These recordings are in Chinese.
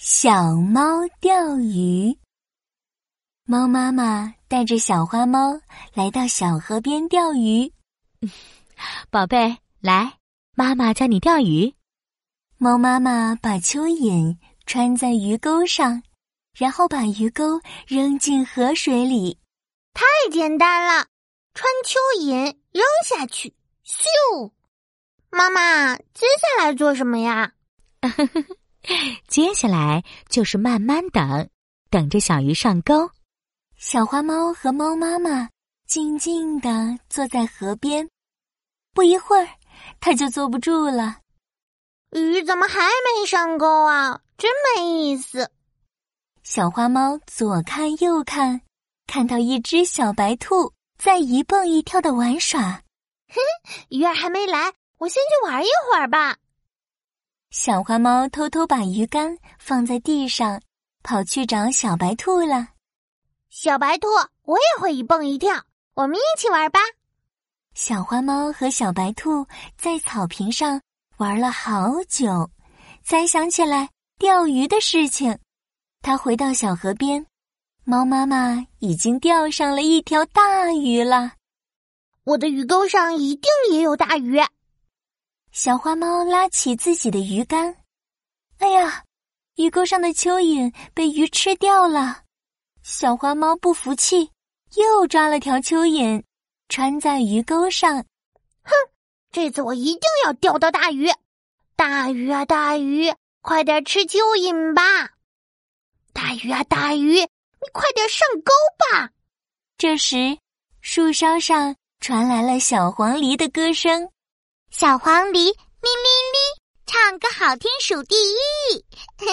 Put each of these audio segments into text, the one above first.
小猫钓鱼。猫妈妈带着小花猫来到小河边钓鱼。 宝贝，来，妈妈教你钓鱼。 猫妈妈把蚯蚓穿在鱼钩上，然后把鱼钩扔进河水里。 太简单了，穿蚯蚓扔下去，咻！妈妈，接下来做什么呀？ 接下来就是慢慢等着小鱼上钩。 小花猫和猫妈妈静静地坐在河边，不一会儿，它就坐不住了。 鱼怎么还没上钩啊？真没意思。 小花猫左看右看，看到一只小白兔在一蹦一跳地玩耍。 鱼儿还没来，我先去玩一会儿吧。 小花猫偷偷把鱼竿放在地上，跑去找小白兔了。 小白兔，我也会一蹦一跳，我们一起玩吧。 小花猫和小白兔在草坪上玩了好久，才想起来钓鱼的事情。它回到小河边，猫妈妈已经钓上了一条大鱼了。 我的鱼钩上一定也有大鱼。 小花猫拉起自己的鱼竿，哎呀，鱼钩上的蚯蚓被鱼吃掉了。小花猫不服气，又抓了条蚯蚓，穿在鱼钩上。 哼，这次我一定要钓到大鱼！大鱼啊大鱼，快点吃蚯蚓吧！大鱼啊大鱼，你快点上钩吧！ 这时，树梢上传来了小黄鹂的歌声。 小黄鹂，哩哩哩，唱歌好听数第一。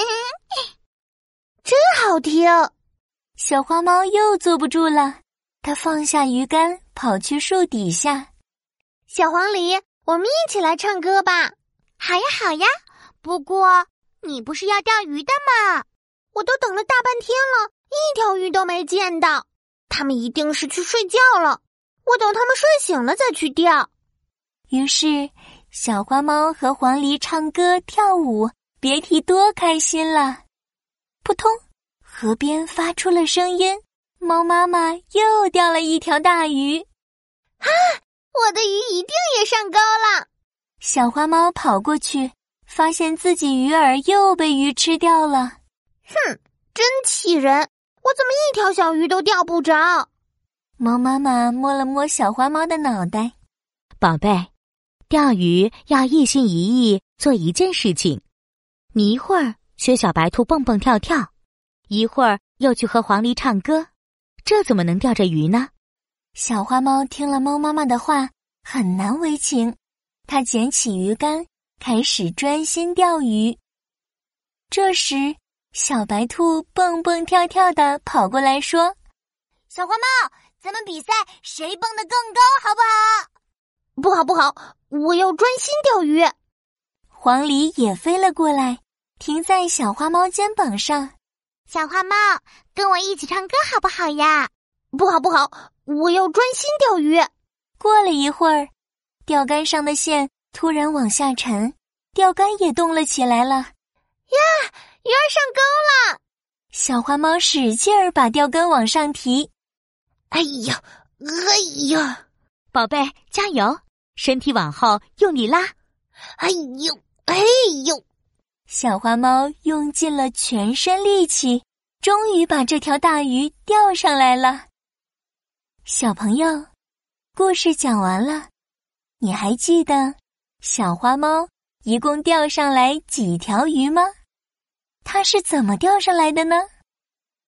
真好听！ 小花猫又坐不住了，它放下鱼竿，跑去树底下。 小黄鹂，我们一起来唱歌吧。 好呀好呀，不过你不是要钓鱼的吗？ 我都等了大半天了，一条鱼都没见到。它们一定是去睡觉了，我等它们睡醒了再去钓。 于是，小花猫和黄鹂唱歌跳舞，别提多开心了。扑通，河边发出了声音，猫妈妈又钓了一条大鱼。 啊，我的鱼一定也上钩了！ 小花猫跑过去，发现自己鱼饵又被鱼吃掉了。 哼，真气人！我怎么一条小鱼都钓不着？ 猫妈妈摸了摸小花猫的脑袋。 宝贝，钓鱼要一心一意做一件事情。你一会儿学小白兔蹦蹦跳跳，一会儿又去和黄鹂唱歌，这怎么能钓着鱼呢？ 小花猫听了猫妈妈的话，很难为情。它捡起鱼竿，开始专心钓鱼。这时，小白兔蹦蹦跳跳地跑过来说：“ 小花猫，咱们比赛谁蹦得更高，好不好？” 不好不好，我要专心钓鱼。 黄鹂也飞了过来，停在小花猫肩膀上。 小花猫，跟我一起唱歌好不好呀？ 不好不好，我要专心钓鱼。 过了一会儿，钓竿上的线突然往下沉，钓竿也动了起来了。 呀，鱼儿上钩了！ 小花猫使劲儿把钓竿往上提。 哎呀，哎呀！ 宝贝，加油！身体往后用力拉。 哎呦，哎呦！ 小花猫用尽了全身力气，终于把这条大鱼钓上来了。小朋友，故事讲完了，你还记得小花猫一共钓上来几条鱼吗？它是怎么钓上来的呢？